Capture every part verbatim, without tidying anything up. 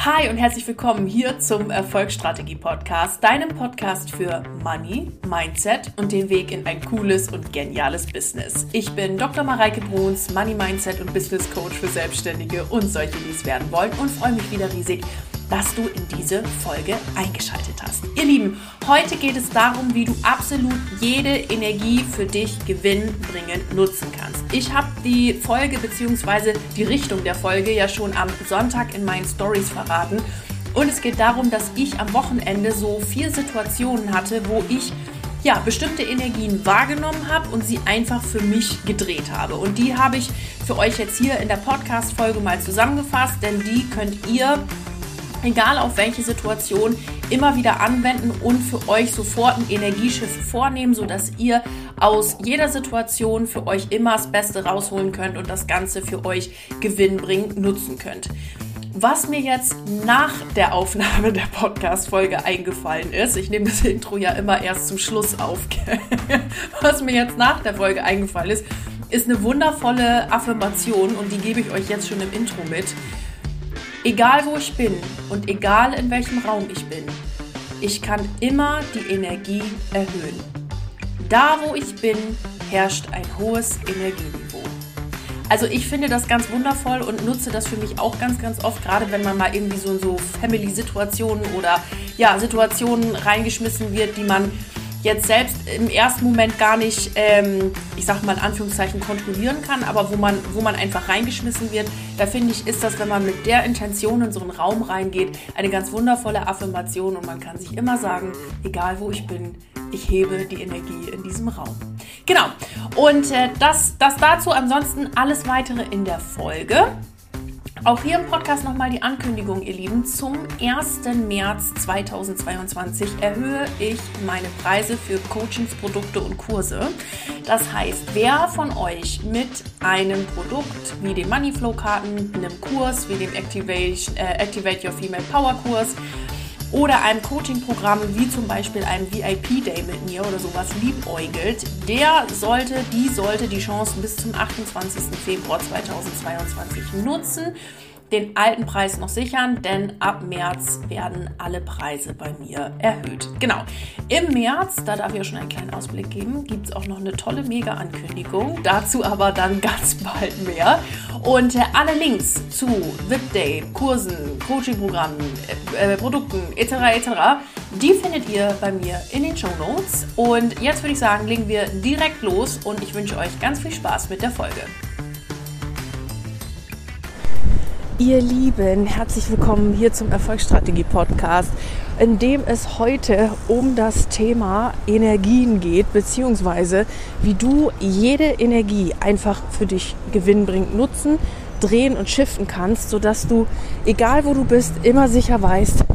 Hi und herzlich willkommen hier zum Erfolgsstrategie-Podcast, deinem Podcast für Money, Mindset und den Weg in ein cooles und geniales Business. Ich bin Doktor Mareike Bruns, Money, Mindset und Business Coach für Selbstständige und solche, die es werden wollen, und freue mich wieder riesig, dass du in diese Folge eingeschaltet hast. Ihr Lieben, heute geht es darum, wie du absolut jede Energie für dich gewinnbringend nutzen kannst. Ich habe die Folge bzw. die Richtung der Folge ja schon am Sonntag in meinen Stories verraten. Und es geht darum, dass ich am Wochenende so vier Situationen hatte, wo ich ja, bestimmte Energien wahrgenommen habe und sie einfach für mich gedreht habe. Und die habe ich für euch jetzt hier in der Podcast-Folge mal zusammengefasst, denn die könnt ihr, egal auf welche Situation, immer wieder anwenden und für euch sofort einen Energieshift vornehmen, sodass ihr aus jeder Situation für euch immer das Beste rausholen könnt und das Ganze für euch gewinnbringend nutzen könnt. Was mir jetzt nach der Aufnahme der Podcast-Folge eingefallen ist, ich nehme das Intro ja immer erst zum Schluss auf, was mir jetzt nach der Folge eingefallen ist, ist eine wundervolle Affirmation und die gebe ich euch jetzt schon im Intro mit. Egal wo ich bin und egal in welchem Raum ich bin, ich kann immer die Energie erhöhen. Da wo ich bin, herrscht ein hohes Energieniveau. Also ich finde das ganz wundervoll und nutze das für mich auch ganz, ganz oft, gerade wenn man mal irgendwie so in so Family-Situationen oder ja, Situationen reingeschmissen wird, die man jetzt selbst im ersten Moment gar nicht, ähm, ich sag mal in Anführungszeichen, kontrollieren kann, aber wo man, wo man einfach reingeschmissen wird, da finde ich, ist das, wenn man mit der Intention in so einen Raum reingeht, eine ganz wundervolle Affirmation und man kann sich immer sagen, egal wo ich bin, ich hebe die Energie in diesem Raum. Genau, und äh, das, das dazu, ansonsten alles weitere in der Folge. Auch hier im Podcast nochmal die Ankündigung, ihr Lieben. Zum ersten März zweitausendzweiundzwanzig erhöhe ich meine Preise für Coachings, Produkte und Kurse. Das heißt, wer von euch mit einem Produkt wie den Moneyflow-Karten, einem Kurs wie dem Activation, äh, Activate Your Female Power Kurs oder einem Coaching-Programm wie zum Beispiel einem V I P-Day mit mir oder sowas liebäugelt, der sollte, die sollte die Chance bis zum achtundzwanzigsten Februar zweitausendzweiundzwanzig nutzen, den alten Preis noch sichern, denn ab März werden alle Preise bei mir erhöht. Genau, im März, da darf ich ja schon einen kleinen Ausblick geben, gibt es auch noch eine tolle Mega-Ankündigung, dazu aber dann ganz bald mehr. Und äh, alle Links zu V I P-Day, Kursen, Coaching-Programmen, äh, äh, Produkten et cetera et cetera, die findet ihr bei mir in den Shownotes. Und jetzt würde ich sagen, legen wir direkt los und ich wünsche euch ganz viel Spaß mit der Folge. Ihr Lieben, herzlich willkommen hier zum Erfolgsstrategie-Podcast, in dem es heute um das Thema Energien geht, beziehungsweise wie du jede Energie einfach für dich gewinnbringend nutzen, drehen und shiften kannst, sodass du, egal wo du bist, immer sicher weißt,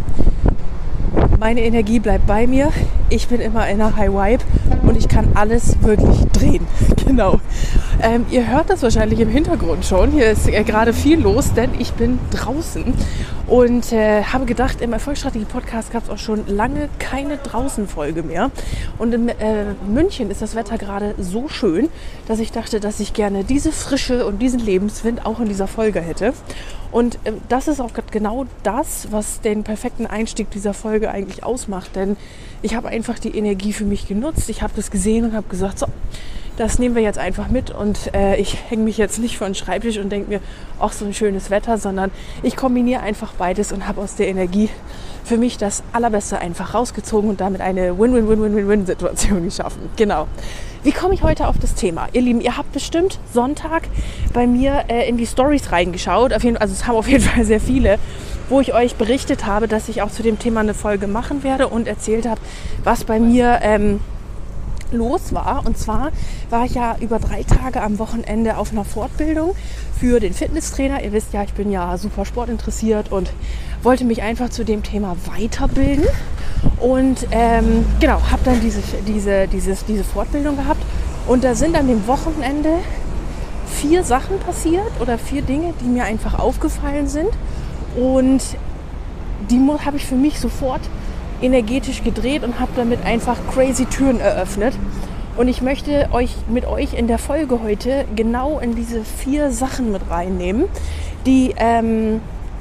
meine Energie bleibt bei mir, ich bin immer in einer High Vibe und ich kann alles wirklich drehen. Genau. Ähm, ihr hört das wahrscheinlich im Hintergrund schon. Hier ist äh, gerade viel los, denn ich bin draußen und äh, habe gedacht, im Erfolgsstrategie-Podcast gab es auch schon lange keine Draußen-Folge mehr. Und in äh, München ist das Wetter gerade so schön, dass ich dachte, dass ich gerne diese Frische und diesen Lebenswind auch in dieser Folge hätte. Und äh, das ist auch genau das, was den perfekten Einstieg dieser Folge eigentlich ausmacht. Denn ich habe einfach die Energie für mich genutzt. Ich habe das gesehen und habe gesagt, so, das nehmen wir jetzt einfach mit und äh, ich hänge mich jetzt nicht vor den Schreibtisch und denke mir, ach, so ein schönes Wetter, sondern ich kombiniere einfach beides und habe aus der Energie für mich das Allerbeste einfach rausgezogen und damit eine Win-Win-Win-Win-Win-Situation geschaffen. Genau. Wie komme ich heute auf das Thema? Ihr Lieben, ihr habt bestimmt Sonntag bei mir äh, in die Stories reingeschaut. Auf jeden Fall, also es haben auf jeden Fall sehr viele, wo ich euch berichtet habe, dass ich auch zu dem Thema eine Folge machen werde und erzählt habe, was bei mir ähm, los war. Und zwar war ich ja über drei Tage am Wochenende auf einer Fortbildung für den Fitnesstrainer. Ihr wisst ja, ich bin ja super sportinteressiert und wollte mich einfach zu dem Thema weiterbilden. Und ähm, genau, habe dann diese, diese, dieses, diese Fortbildung gehabt. Und da sind an dem Wochenende vier Sachen passiert oder vier Dinge, die mir einfach aufgefallen sind. Und die habe ich für mich sofort energetisch gedreht und habe damit einfach crazy Türen eröffnet. Und ich möchte euch mit euch in der Folge heute genau in diese vier Sachen mit reinnehmen, die ähm,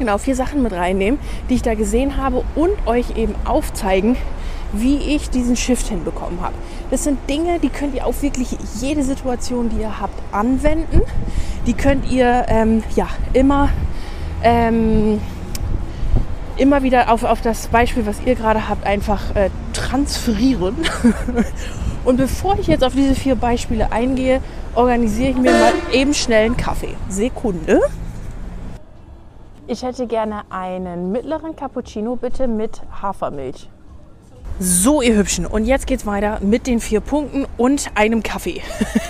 genau, vier Sachen mit reinnehmen, die ich da gesehen habe und euch eben aufzeigen, wie ich diesen Shift hinbekommen habe. Das sind Dinge, die könnt ihr auf wirklich jede Situation, die ihr habt, anwenden. Die könnt ihr ähm, ja immer, ähm, immer wieder auf, auf das Beispiel, was ihr gerade habt, einfach äh, transferieren. Und bevor ich jetzt auf diese vier Beispiele eingehe, organisiere ich mir mal eben schnell einen Kaffee. Sekunde. Ich hätte gerne einen mittleren Cappuccino, bitte mit Hafermilch. So, ihr Hübschen, und jetzt geht's weiter mit den vier Punkten und einem Kaffee.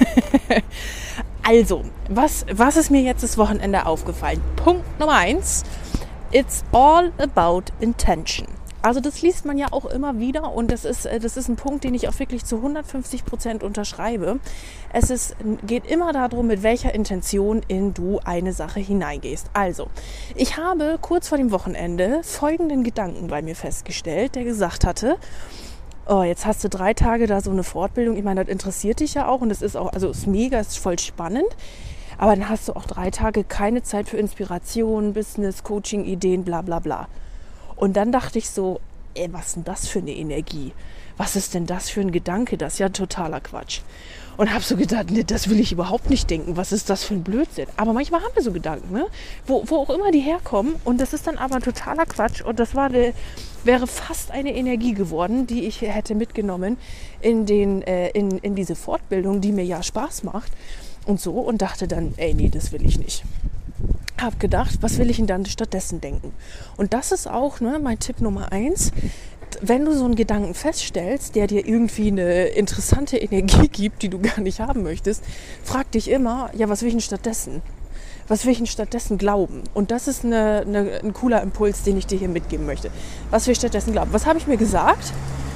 Also, was, was ist mir jetzt das Wochenende aufgefallen? Punkt Nummer eins, it's all about intention. Also das liest man ja auch immer wieder und das ist, das ist ein Punkt, den ich auch wirklich zu hundertfünfzig Prozent unterschreibe. Es ist, geht immer darum, mit welcher Intention in du eine Sache hineingehst. Also, ich habe kurz vor dem Wochenende folgenden Gedanken bei mir festgestellt, der gesagt hatte, oh, jetzt hast du drei Tage da so eine Fortbildung. Ich meine, das interessiert dich ja auch und das ist auch, also ist mega, ist voll spannend. Aber dann hast du auch drei Tage keine Zeit für Inspiration, Business, Coaching, Ideen, bla bla bla. Und dann dachte ich so, ey, was ist denn das für eine Energie? Was ist denn das für ein Gedanke? Das ist ja totaler Quatsch. Und habe so gedacht, nee, das will ich überhaupt nicht denken. Was ist das für ein Blödsinn? Aber manchmal haben wir so Gedanken, ne? wo, wo auch immer die herkommen. Und das ist dann aber totaler Quatsch. Und das war eine, wäre fast eine Energie geworden, die ich hätte mitgenommen in, den, äh, in, in diese Fortbildung, die mir ja Spaß macht. Und so. Und dachte dann, ey, nee, das will ich nicht. Habe gedacht, was will ich denn dann stattdessen denken? Und das ist auch ne, mein Tipp Nummer eins. Wenn du so einen Gedanken feststellst, der dir irgendwie eine interessante Energie gibt, die du gar nicht haben möchtest, frag dich immer, ja, was will ich denn stattdessen? Was will ich denn stattdessen glauben? Und das ist eine, eine, ein cooler Impuls, den ich dir hier mitgeben möchte. Was will ich stattdessen glauben? Was habe ich mir gesagt?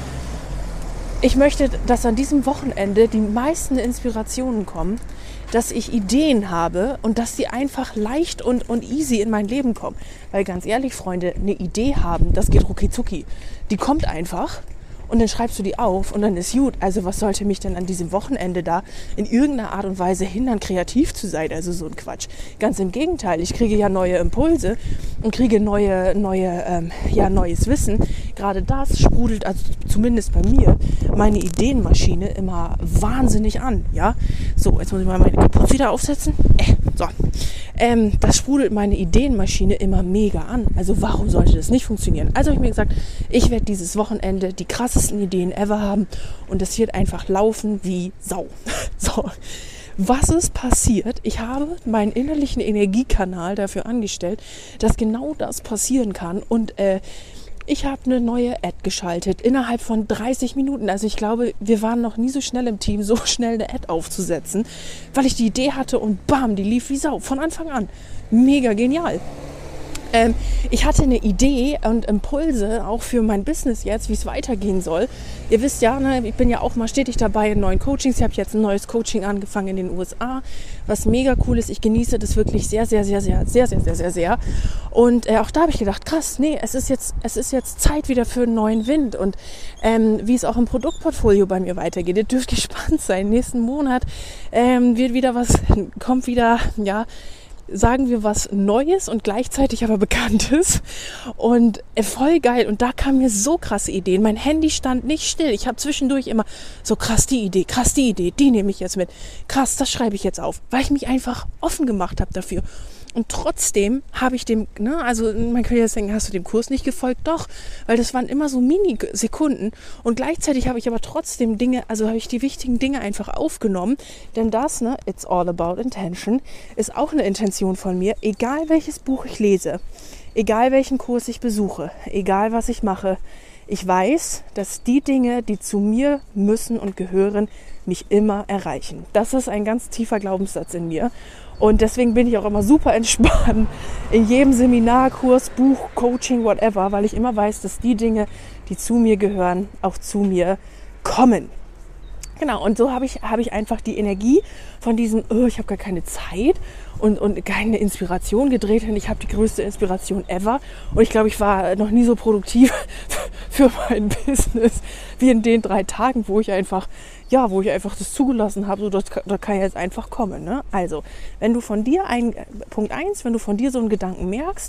Ich möchte, dass an diesem Wochenende die meisten Inspirationen kommen, dass ich Ideen habe und dass die einfach leicht und, und easy in mein Leben kommen. Weil ganz ehrlich, Freunde, eine Idee haben, das geht rucki zucki. Die kommt einfach und dann schreibst du die auf und dann ist gut. Also was sollte mich denn an diesem Wochenende da in irgendeiner Art und Weise hindern, kreativ zu sein? Also so ein Quatsch. Ganz im Gegenteil, ich kriege ja neue Impulse und kriege neue, neue, ähm, ja, neues Wissen. Gerade das sprudelt, also zumindest bei mir, meine Ideenmaschine immer wahnsinnig an. Ja, so, jetzt muss ich mal meine Kapuze wieder aufsetzen. Äh, so. Ähm, das sprudelt meine Ideenmaschine immer mega an. Also warum sollte das nicht funktionieren? Also habe ich mir gesagt, ich werde dieses Wochenende die krassesten Ideen ever haben und es wird einfach laufen wie Sau. So. Was ist passiert? Ich habe meinen innerlichen Energiekanal dafür angestellt, dass genau das passieren kann und äh, ich habe eine neue Ad geschaltet, innerhalb von dreißig Minuten. Also ich glaube, wir waren noch nie so schnell im Team, so schnell eine Ad aufzusetzen, weil ich die Idee hatte und bam, die lief wie Sau, von Anfang an. Mega genial. Ähm, ich hatte eine Idee und Impulse auch für mein Business jetzt, wie es weitergehen soll. Ihr wisst ja, ne, ich bin ja auch mal stetig dabei in neuen Coachings. Ich habe jetzt ein neues Coaching angefangen in den U S A, was mega cool ist. Ich genieße das wirklich sehr, sehr, sehr, sehr, sehr, sehr, sehr, sehr, sehr. Und äh, auch da habe ich gedacht, krass, nee, es ist jetzt, es ist jetzt Zeit wieder für einen neuen Wind. Und ähm, wie es auch im Produktportfolio bei mir weitergeht, ihr dürft gespannt sein. Nächsten Monat ähm, wird wieder was, kommt wieder, ja, sagen wir was Neues und gleichzeitig aber Bekanntes und voll geil. Und da kamen mir so krasse Ideen. Mein Handy stand nicht still. Ich habe zwischendurch immer so krass die Idee, krass die Idee, die nehme ich jetzt mit. Krass, das schreibe ich jetzt auf, weil ich mich einfach offen gemacht habe dafür. Und trotzdem habe ich dem, ne, also man könnte jetzt denken, hast du dem Kurs nicht gefolgt? Doch, weil das waren immer so Mini-Sekunden. Und gleichzeitig habe ich aber trotzdem Dinge, also habe ich die wichtigen Dinge einfach aufgenommen. Denn das, ne, it's all about intention, ist auch eine Intention von mir. Egal welches Buch ich lese, egal welchen Kurs ich besuche, egal was ich mache, ich weiß, dass die Dinge, die zu mir müssen und gehören, mich immer erreichen. Das ist ein ganz tiefer Glaubenssatz in mir. Und deswegen bin ich auch immer super entspannt in jedem Seminar, Kurs, Buch, Coaching, whatever, weil ich immer weiß, dass die Dinge, die zu mir gehören, auch zu mir kommen. Genau, und so habe ich, habe ich einfach die Energie von diesem, oh, ich habe gar keine Zeit und, und keine Inspiration gedreht. Und ich habe die größte Inspiration ever. Und ich glaube, ich war noch nie so produktiv für mein Business wie in den drei Tagen, wo ich einfach, ja, wo ich einfach das zugelassen habe. So, das, das kann jetzt einfach kommen. Ne? Also, wenn du von dir ein, Punkt eins, wenn du von dir so einen Gedanken merkst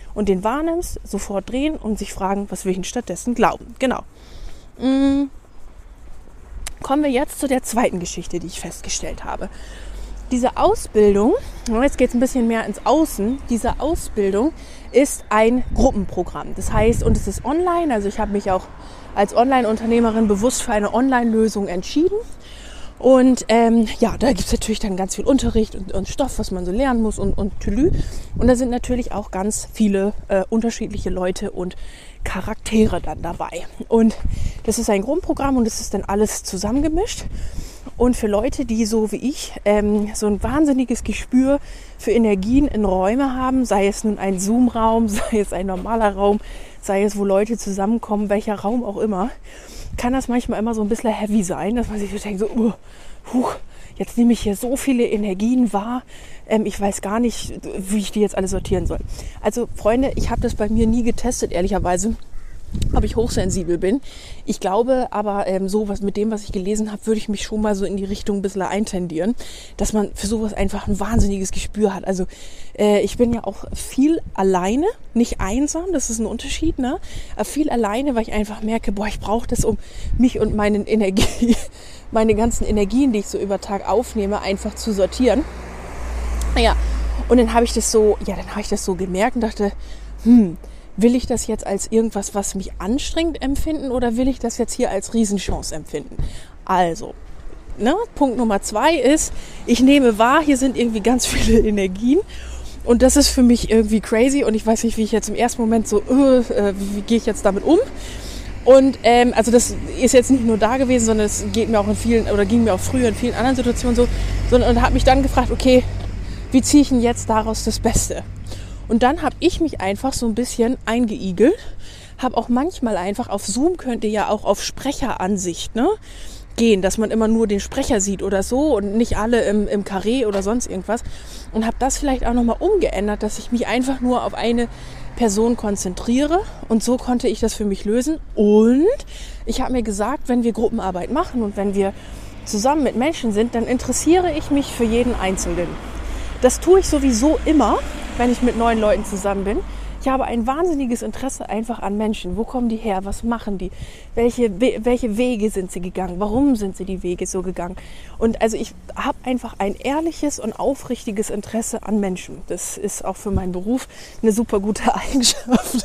und den wahrnimmst, sofort drehen und sich fragen, was will ich denn stattdessen glauben. Genau. Mhm. Kommen wir jetzt zu der zweiten Geschichte, die ich festgestellt habe. Diese Ausbildung, jetzt geht es ein bisschen mehr ins Außen, diese Ausbildung ist ein Gruppenprogramm. Das heißt, und es ist online, also ich habe mich auch als Online-Unternehmerin bewusst für eine Online-Lösung entschieden. Und ähm, ja, da gibt es natürlich dann ganz viel Unterricht und, und Stoff, was man so lernen muss und, und Tülü. Und da sind natürlich auch ganz viele äh, unterschiedliche Leute und Charaktere dann dabei. Und das ist ein Gruppenprogramm und das ist dann alles zusammengemischt. Und für Leute, die so wie ich ähm, so ein wahnsinniges Gespür für Energien in Räume haben, sei es nun ein Zoom-Raum, sei es ein normaler Raum, sei es, wo Leute zusammenkommen, welcher Raum auch immer, kann das manchmal immer so ein bisschen heavy sein, dass man sich so denkt, so, uh, huch, jetzt nehme ich hier so viele Energien wahr, ähm, ich weiß gar nicht, wie ich die jetzt alle sortieren soll. Also Freunde, ich habe das bei mir nie getestet, ehrlicherweise, ob ich hochsensibel bin. Ich glaube aber, ähm, so was mit dem, was ich gelesen habe, würde ich mich schon mal so in die Richtung ein bisschen eintendieren, dass man für sowas einfach ein wahnsinniges Gespür hat. Also äh, ich bin ja auch viel alleine, nicht einsam, das ist ein Unterschied, ne? Aber viel alleine, weil ich einfach merke, boah, ich brauche das, um mich und meine Energie, meine ganzen Energien, die ich so über Tag aufnehme, einfach zu sortieren. Naja, und dann habe ich das so, ja, dann habe ich das so gemerkt und dachte, hm, will ich das jetzt als irgendwas, was mich anstrengend empfinden oder will ich das jetzt hier als Riesenchance empfinden? Also, ne, Punkt Nummer zwei ist, ich nehme wahr, hier sind irgendwie ganz viele Energien und das ist für mich irgendwie crazy und ich weiß nicht, wie ich jetzt im ersten Moment so, uh, äh, wie, wie gehe ich jetzt damit um? Und ähm, also das ist jetzt nicht nur da gewesen, sondern es geht mir auch in vielen, oder ging mir auch früher in vielen anderen Situationen so, sondern und habe mich dann gefragt, okay, wie ziehe ich denn jetzt daraus das Beste? Und dann habe ich mich einfach so ein bisschen eingeigelt, habe auch manchmal einfach auf Zoom, könnt ihr ja auch auf Sprecheransicht, ne, gehen, dass man immer nur den Sprecher sieht oder so und nicht alle im, im Karree oder sonst irgendwas. Und habe das vielleicht auch nochmal umgeändert, dass ich mich einfach nur auf eine Person konzentriere und so konnte ich das für mich lösen. Und ich habe mir gesagt, wenn wir Gruppenarbeit machen und wenn wir zusammen mit Menschen sind, dann interessiere ich mich für jeden Einzelnen. Das tue ich sowieso immer, wenn ich mit neuen Leuten zusammen bin. Ich habe ein wahnsinniges Interesse einfach an Menschen. Wo kommen die her? Was machen die? Welche, welche Wege sind sie gegangen? Warum sind sie die Wege so gegangen? Und also ich habe einfach ein ehrliches und aufrichtiges Interesse an Menschen. Das ist auch für meinen Beruf eine super gute Eigenschaft.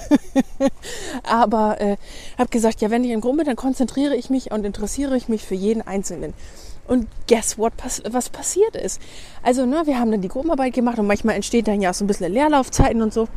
Aber äh, habe gesagt, ja, wenn ich in Gruppe bin, dann konzentriere ich mich und interessiere ich mich für jeden Einzelnen. Und guess what, was passiert ist? Also, ne, wir haben dann die Gruppenarbeit gemacht und manchmal entsteht dann ja auch so ein bisschen Leerlaufzeiten und so.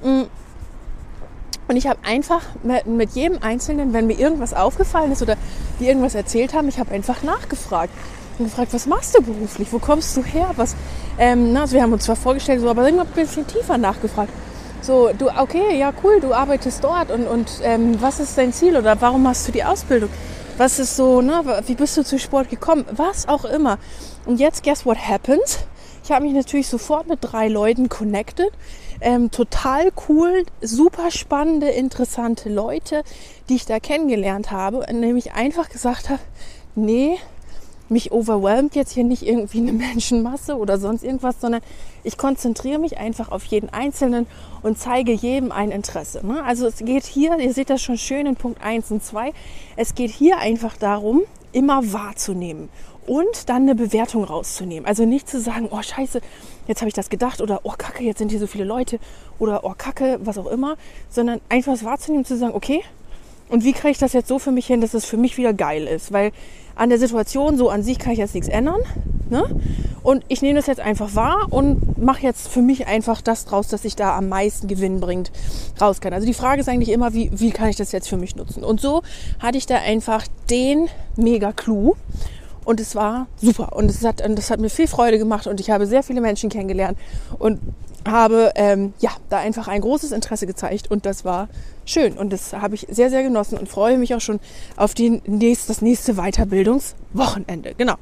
Und ich habe einfach mit jedem Einzelnen, wenn mir irgendwas aufgefallen ist oder die irgendwas erzählt haben, ich habe einfach nachgefragt. Und gefragt, was machst du beruflich? Wo kommst du her? Was, ähm, na, also wir haben uns zwar vorgestellt, so, aber irgendwann ein bisschen tiefer nachgefragt. So, du, okay, ja cool, du arbeitest dort und, und ähm, was ist dein Ziel oder warum machst du die Ausbildung? Was ist so, ne, wie bist du zu Sport gekommen? Was auch immer. Und jetzt, guess what happens? Ich habe mich natürlich sofort mit drei Leuten connected. Ähm, total cool, super spannende, interessante Leute, die ich da kennengelernt habe. Nämlich einfach gesagt habe, nee, mich overwhelmt jetzt hier nicht irgendwie eine Menschenmasse oder sonst irgendwas, sondern ich konzentriere mich einfach auf jeden Einzelnen und zeige jedem ein Interesse. Ne? Also es geht hier, ihr seht das schon schön in Punkt eins und zwei, es geht hier einfach darum, immer wahrzunehmen und dann eine Bewertung rauszunehmen. Also nicht zu sagen, oh scheiße, jetzt habe ich das gedacht oder oh kacke, jetzt sind hier so viele Leute oder oh kacke, was auch immer, sondern einfach wahrzunehmen, zu sagen, okay, und wie kriege ich das jetzt so für mich hin, dass es für mich wieder geil ist? Weil an der Situation so an sich kann ich jetzt nichts ändern. Ne? Und ich nehme das jetzt einfach wahr und mache jetzt für mich einfach das draus, dass ich da am meisten Gewinn bringt, raus kann. Also die Frage ist eigentlich immer, wie, wie kann ich das jetzt für mich nutzen? Und so hatte ich da einfach den Mega-Clou. Und es war super. Und es hat, und das hat mir viel Freude gemacht und ich habe sehr viele Menschen kennengelernt und habe ähm, ja da einfach ein großes Interesse gezeigt und das war schön und das habe ich sehr, sehr genossen und freue mich auch schon auf die nächst, das nächste Weiterbildungswochenende. Genau.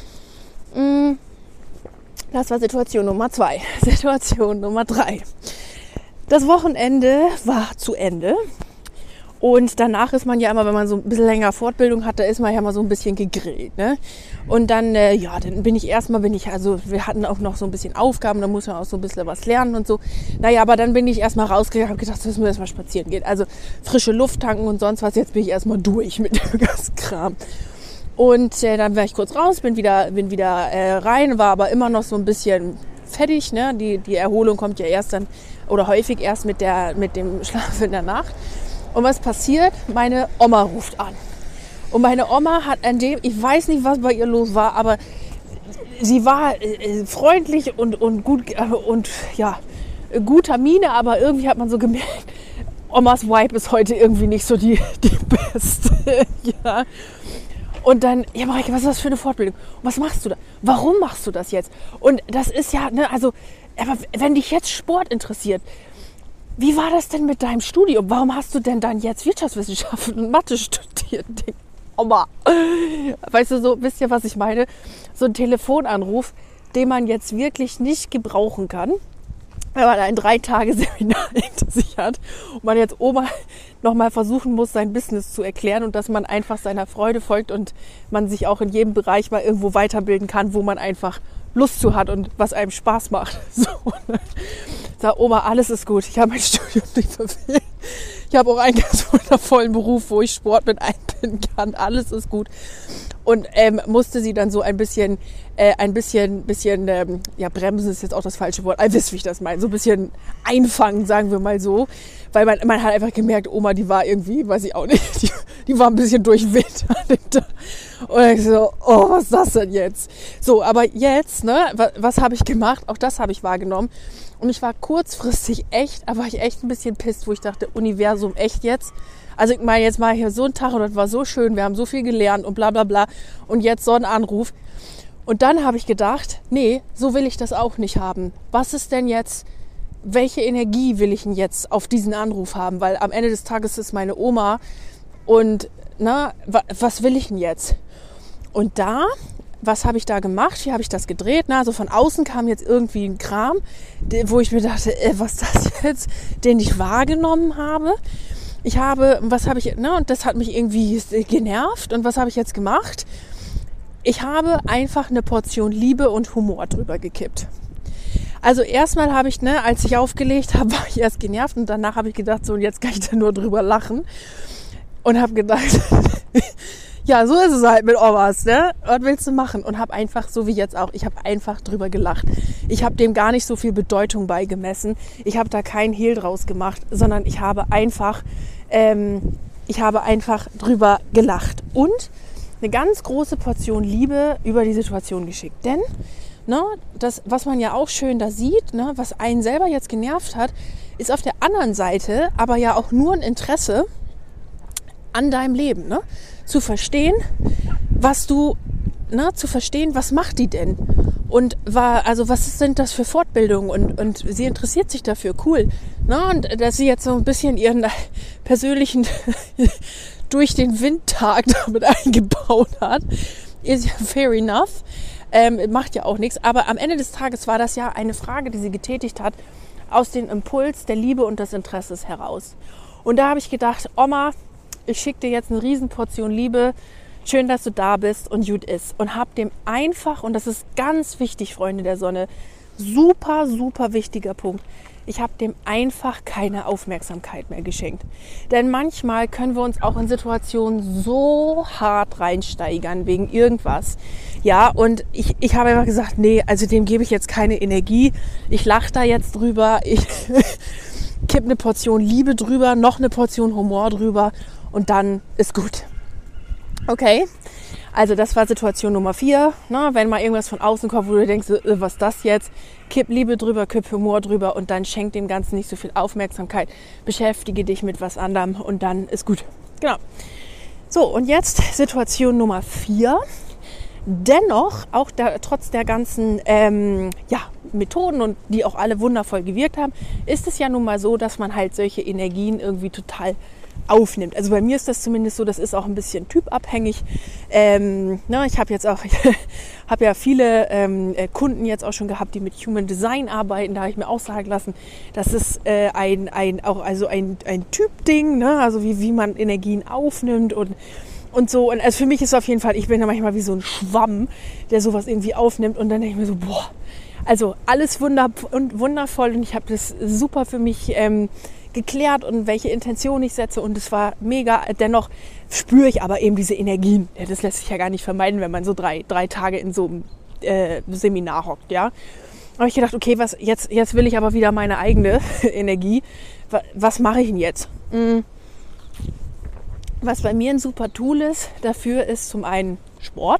Das war Situation Nummer zwei. Situation Nummer drei. Das Wochenende war zu Ende Und danach ist man ja immer, wenn man so ein bisschen länger Fortbildung hat, da ist man ja mal so ein bisschen gegrillt, ne? Und dann, äh, ja, dann bin ich erstmal, bin ich, also wir hatten auch noch so ein bisschen Aufgaben, da muss man auch so ein bisschen was lernen und so. Naja, aber dann bin ich erstmal rausgegangen, habe gedacht, das müssen wir erstmal spazieren gehen. Also frische Luft tanken und sonst was, jetzt bin ich erstmal durch mit dem ganzen Kram. Und äh, dann war ich kurz raus, bin wieder, bin wieder äh, rein, war aber immer noch so ein bisschen fertig, ne? Die, die Erholung kommt ja erst dann, oder häufig erst mit, der, mit dem Schlaf in der Nacht. Und was passiert? Meine Oma ruft an. Und meine Oma hat an dem, ich weiß nicht, was bei ihr los war, aber sie war äh, freundlich und, und gut äh, und ja, guter Miene, aber irgendwie hat man so gemerkt, Omas Vibe ist heute irgendwie nicht so die, die beste. Ja. Und dann, ja Mareike, was ist das für eine Fortbildung? Und was machst du da? Warum machst du das jetzt? Und das ist ja, ne, also, aber wenn dich jetzt Sport interessiert, wie war das denn mit deinem Studium? Warum hast du denn dann jetzt Wirtschaftswissenschaften und Mathe studiert? Oma. Weißt du, so, wisst ihr, was ich meine? So ein Telefonanruf, den man jetzt wirklich nicht gebrauchen kann, wenn man ein drei Tage Seminar hinter sich hat und man jetzt Oma nochmal versuchen muss, sein Business zu erklären und dass man einfach seiner Freude folgt und man sich auch in jedem Bereich mal irgendwo weiterbilden kann, wo man einfach Lust zu hat und was einem Spaß macht. So. Sag, Oma, alles ist gut. Ich habe mein Studium nicht verfehlt. Ich habe auch einen ganz wundervollen Beruf, wo ich Sport mit einbinden kann. Alles ist gut. Und ähm, musste sie dann so ein bisschen, äh, ein bisschen, bisschen, ähm, ja, bremsen ist jetzt auch das falsche Wort. Ihr wisst, wie ich das meine. So ein bisschen einfangen, sagen wir mal so. Weil man, man hat einfach gemerkt, Oma, die war irgendwie, weiß ich auch nicht, die, die war ein bisschen durchwind. Und ich so, oh, was ist das denn jetzt? So, aber jetzt, ne, was, was habe ich gemacht? Auch das habe ich wahrgenommen. Und ich war kurzfristig echt, aber ich echt ein bisschen pisst, wo ich dachte, Universum, echt jetzt? Also ich meine, jetzt mal hier so einen Tag und das war so schön, wir haben so viel gelernt und bla bla bla. Und jetzt so ein Anruf. Und dann habe ich gedacht, nee, so will ich das auch nicht haben. Was ist denn jetzt, welche Energie will ich denn jetzt auf diesen Anruf haben? Weil am Ende des Tages ist meine Oma und na, was will ich denn jetzt? Und da, was habe ich da gemacht? Wie habe ich das gedreht? Na, also von außen kam jetzt irgendwie ein Kram, wo ich mir dachte, äh, was ist das jetzt, den ich wahrgenommen habe. Ich habe, was habe ich, ne, und das hat mich irgendwie genervt. Und was habe ich jetzt gemacht? Ich habe einfach eine Portion Liebe und Humor drüber gekippt. Also erstmal habe ich, ne, als ich aufgelegt habe, war ich erst genervt und danach habe ich gedacht, so, und jetzt kann ich da nur drüber lachen. Und habe gedacht, ja, so ist es halt mit Omas, ne? Was willst du machen? Und habe einfach, so wie jetzt auch, ich habe einfach drüber gelacht. Ich habe dem gar nicht so viel Bedeutung beigemessen. Ich habe da keinen Hehl draus gemacht, sondern ich habe einfach, ähm, ich habe einfach drüber gelacht. Und eine ganz große Portion Liebe über die Situation geschickt. Denn, ne, das, was man ja auch schön da sieht, ne, was einen selber jetzt genervt hat, ist auf der anderen Seite aber ja auch nur ein Interesse an deinem Leben, ne? Zu verstehen, was du, ne, zu verstehen, was macht die denn? Und war, also was sind das für Fortbildungen? Und, und sie interessiert sich dafür, cool. Ne? Und dass sie jetzt so ein bisschen ihren persönlichen durch den Windtag damit eingebaut hat, ist ja fair enough. Ähm, macht ja auch nichts. Aber am Ende des Tages war das ja eine Frage, die sie getätigt hat, aus dem Impuls der Liebe und des Interesses heraus. Und da habe ich gedacht, Oma, ich schicke dir jetzt eine Riesenportion Liebe. Schön, dass du da bist und gut ist. Und hab dem einfach, und das ist ganz wichtig, Freunde der Sonne, super, super wichtiger Punkt, ich habe dem einfach keine Aufmerksamkeit mehr geschenkt. Denn manchmal können wir uns auch in Situationen so hart reinsteigern wegen irgendwas. Ja, und ich, ich habe einfach gesagt, nee, also dem gebe ich jetzt keine Energie. Ich lache da jetzt drüber, ich kipp eine Portion Liebe drüber, noch eine Portion Humor drüber und dann ist gut. Okay, also das war Situation Nummer vier. Ne? Wenn mal irgendwas von außen kommt, wo du denkst, äh, was ist das jetzt? Kipp Liebe drüber, kipp Humor drüber und dann schenk dem Ganzen nicht so viel Aufmerksamkeit. Beschäftige dich mit was anderem und dann ist gut. Genau. So, und jetzt Situation Nummer vier. Dennoch, auch da, trotz der ganzen ähm, ja, Methoden und die auch alle wundervoll gewirkt haben, ist es ja nun mal so, dass man halt solche Energien irgendwie total aufnimmt. Also bei mir ist das zumindest so, das ist auch ein bisschen typabhängig. Ähm, ne, ich habe jetzt auch, ich habe ja viele ähm, Kunden jetzt auch schon gehabt, die mit Human Design arbeiten. Da habe ich mir auch sagen lassen, das ist äh, ein, ein, auch also ein, ein Typding, ne? Also wie, wie man Energien aufnimmt und Und so, und also für mich ist auf jeden Fall, ich bin ja manchmal wie so ein Schwamm, der sowas irgendwie aufnimmt und dann denke ich mir so, boah, also alles wunder und wundervoll und ich habe das super für mich ähm, geklärt und welche Intention ich setze und es war mega. Dennoch spüre ich aber eben diese Energien. Ja, das lässt sich ja gar nicht vermeiden, wenn man so drei, drei Tage in so einem äh, Seminar hockt, ja. Da habe ich gedacht, okay, was jetzt, jetzt will ich aber wieder meine eigene Energie. Was, was mache ich denn jetzt? Hm. Was bei mir ein super Tool ist, dafür ist zum einen Sport.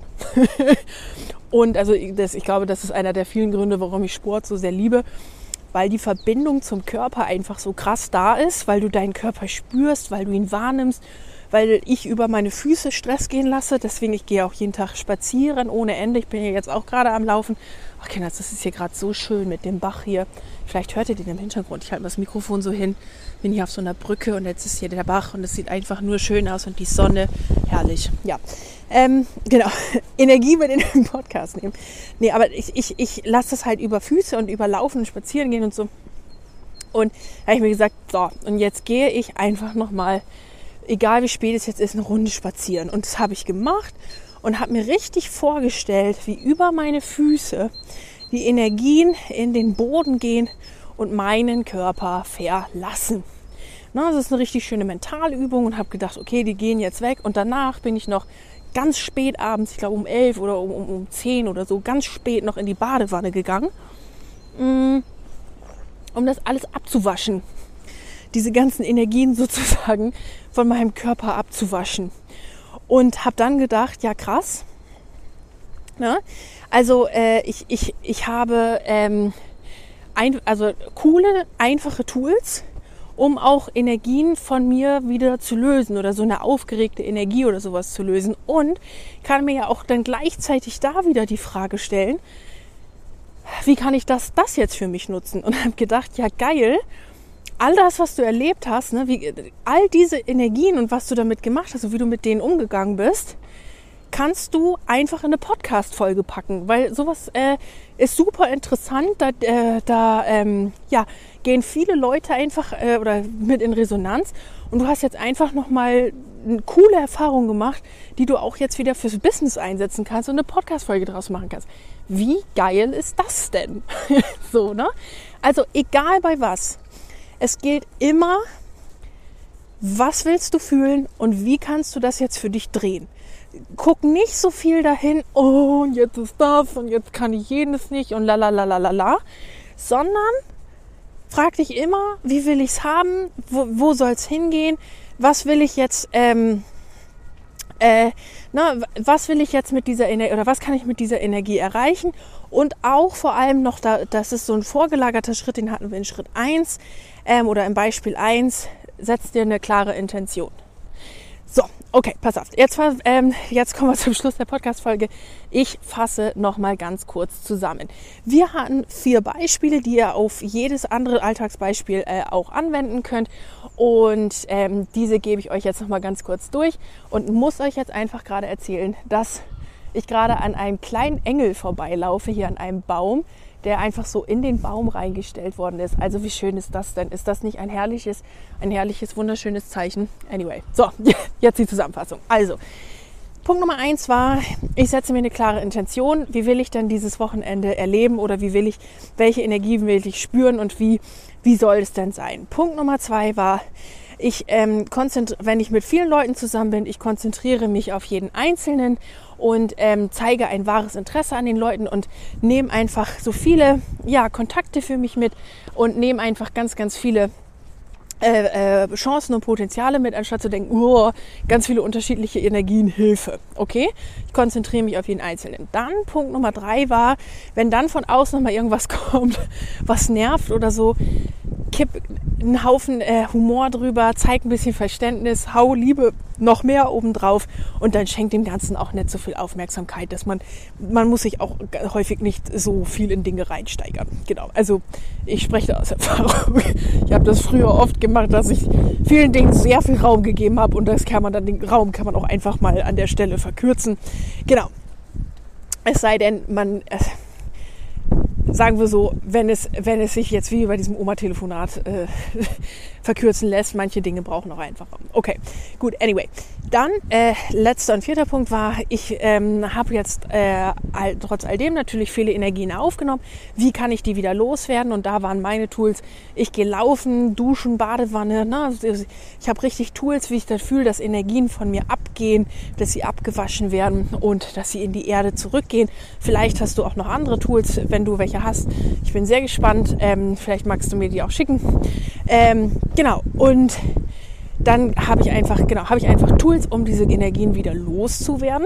Und also das, ich glaube, das ist einer der vielen Gründe, warum ich Sport so sehr liebe, weil die Verbindung zum Körper einfach so krass da ist, weil du deinen Körper spürst, weil du ihn wahrnimmst, weil ich über meine Füße Stress gehen lasse. Deswegen, ich gehe auch jeden Tag spazieren ohne Ende. Ich bin ja jetzt auch gerade am Laufen. Ach Kinder, das ist hier gerade so schön mit dem Bach hier. Vielleicht hört ihr den im Hintergrund. Ich halte mal das Mikrofon so hin. Bin hier auf so einer Brücke und jetzt ist hier der Bach und es sieht einfach nur schön aus und die Sonne, herrlich. Ja, ähm, genau, Energie mit in den Podcast nehmen. Nee, aber ich, ich, ich lasse das halt über Füße und über Laufen und Spazieren gehen und so. Und da habe ich mir gesagt, so, und jetzt gehe ich einfach nochmal, egal wie spät es jetzt ist, eine Runde spazieren. Und das habe ich gemacht und habe mir richtig vorgestellt, wie über meine Füße die Energien in den Boden gehen und meinen Körper verlassen. Na, das ist eine richtig schöne Mentalübung und habe gedacht, okay, die gehen jetzt weg. Und danach bin ich noch ganz spät abends, ich glaube um elf oder um, um, um zehn oder so, ganz spät noch in die Badewanne gegangen, um das alles abzuwaschen. Diese ganzen Energien sozusagen von meinem Körper abzuwaschen. Und habe dann gedacht, ja krass. Ne? Also äh, ich, ich, ich habe ähm, ein, also coole, einfache Tools, um auch Energien von mir wieder zu lösen oder so eine aufgeregte Energie oder sowas zu lösen. Und kann mir ja auch dann gleichzeitig da wieder die Frage stellen, wie kann ich das, das jetzt für mich nutzen? Und habe gedacht, ja geil, all das, was du erlebt hast, ne, wie, all diese Energien und was du damit gemacht hast und wie du mit denen umgegangen bist, kannst du einfach in eine Podcast-Folge packen, weil sowas äh, ist super interessant. Da, äh, da ähm, ja, gehen viele Leute einfach äh, oder mit in Resonanz und du hast jetzt einfach nochmal eine coole Erfahrung gemacht, die du auch jetzt wieder fürs Business einsetzen kannst und eine Podcast-Folge draus machen kannst. Wie geil ist das denn? So, ne? Also egal bei was, es gilt immer, was willst du fühlen und wie kannst du das jetzt für dich drehen? Guck nicht so viel dahin, oh, und jetzt ist das und jetzt kann ich jenes nicht und lalalala, sondern frag dich immer, wie will ich es haben, wo, wo soll es hingehen, was will ich jetzt, ähm, äh, na, was will ich jetzt mit dieser Energie oder was kann ich mit dieser Energie erreichen und auch vor allem noch, da, das ist so ein vorgelagerter Schritt, den hatten wir in Schritt eins ähm, oder im Beispiel eins, setz dir eine klare Intention. So, okay, pass auf. Jetzt, ähm, jetzt kommen wir zum Schluss der Podcast-Folge. Ich fasse nochmal ganz kurz zusammen. Wir hatten vier Beispiele, die ihr auf jedes andere Alltagsbeispiel äh, auch anwenden könnt. Und ähm, diese gebe ich euch jetzt nochmal ganz kurz durch und muss euch jetzt einfach gerade erzählen, dass ich gerade an einem kleinen Engel vorbeilaufe, hier an einem Baum, der einfach so in den Baum reingestellt worden ist. Also wie schön ist das denn? Ist das nicht ein herrliches, ein herrliches, wunderschönes Zeichen? Anyway, so, jetzt die Zusammenfassung. Also, Punkt Nummer eins war, ich setze mir eine klare Intention. Wie will ich denn dieses Wochenende erleben oder wie will ich, welche Energie will ich spüren und wie, wie soll es denn sein? Punkt Nummer zwei war, ich ähm, konzentri- wenn ich mit vielen Leuten zusammen bin, ich konzentriere mich auf jeden Einzelnen und ähm, zeige ein wahres Interesse an den Leuten und nehme einfach so viele ja, Kontakte für mich mit und nehme einfach ganz, ganz viele äh, äh, Chancen und Potenziale mit, anstatt zu denken, oh, ganz viele unterschiedliche Energien, Hilfe. Okay? Ich konzentriere mich auf jeden Einzelnen. Dann Punkt Nummer drei war, wenn dann von außen nochmal irgendwas kommt, was nervt oder so, kipp einen Haufen äh, Humor drüber, zeig ein bisschen Verständnis, hau Liebe noch mehr obendrauf und dann schenkt dem Ganzen auch nicht so viel Aufmerksamkeit, dass man, man muss sich auch häufig nicht so viel in Dinge reinsteigern. Genau, also ich spreche da aus Erfahrung. Ich habe das früher oft gemacht, dass ich vielen Dingen sehr viel Raum gegeben habe und das kann man dann, den Raum kann man auch einfach mal an der Stelle verkürzen. Genau, es sei denn, man... Äh, sagen wir so, wenn es, wenn es sich jetzt wie bei diesem Oma-Telefonat äh, verkürzen lässt, manche Dinge brauchen auch einfach. Okay, gut, anyway. Dann, äh, letzter und vierter Punkt war, ich ähm, habe jetzt äh, all, trotz all dem natürlich viele Energien aufgenommen. Wie kann ich die wieder loswerden? Und da waren meine Tools, ich gehe laufen, duschen, Badewanne. Na, ich habe richtig Tools, wie ich das fühle, dass Energien von mir abgehen, dass sie abgewaschen werden und dass sie in die Erde zurückgehen. Vielleicht hast du auch noch andere Tools, wenn du welche hast. Ich bin sehr gespannt. Ähm, vielleicht magst du mir die auch schicken. Ähm, genau. Und dann habe ich einfach, genau, habe ich einfach Tools, um diese Energien wieder loszuwerden.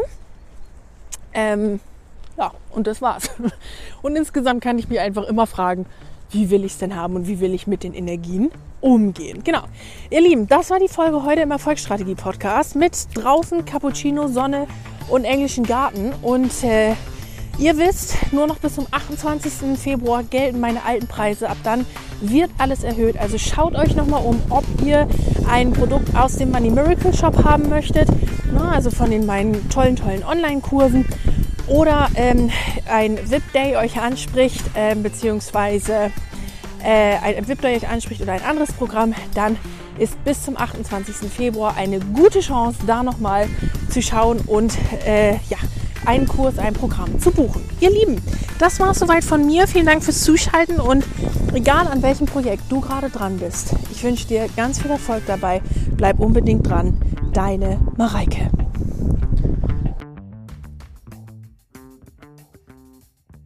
Ähm, ja, und das war's. Und insgesamt kann ich mich einfach immer fragen, wie will ich es denn haben und wie will ich mit den Energien umgehen. Genau. Ihr Lieben, das war die Folge heute im Erfolgsstrategie-Podcast mit draußen Cappuccino, Sonne und englischen Garten. Und äh, ihr wisst, nur noch bis zum achtundzwanzigsten Februar gelten meine alten Preise. Ab dann wird alles erhöht. Also schaut euch nochmal um, ob ihr ein Produkt aus dem Money Miracle Shop haben möchtet. Na, also von den meinen tollen, tollen Online-Kursen. Oder ähm, ein V I P-Day euch anspricht, äh, beziehungsweise äh, ein V I P-Day euch anspricht oder ein anderes Programm, dann ist bis zum achtundzwanzigsten Februar eine gute Chance, da nochmal zu schauen und äh, ja, einen Kurs, ein Programm zu buchen. Ihr Lieben, das war es soweit von mir. Vielen Dank fürs Zuschalten und egal an welchem Projekt du gerade dran bist, ich wünsche dir ganz viel Erfolg dabei. Bleib unbedingt dran. Deine Mareike.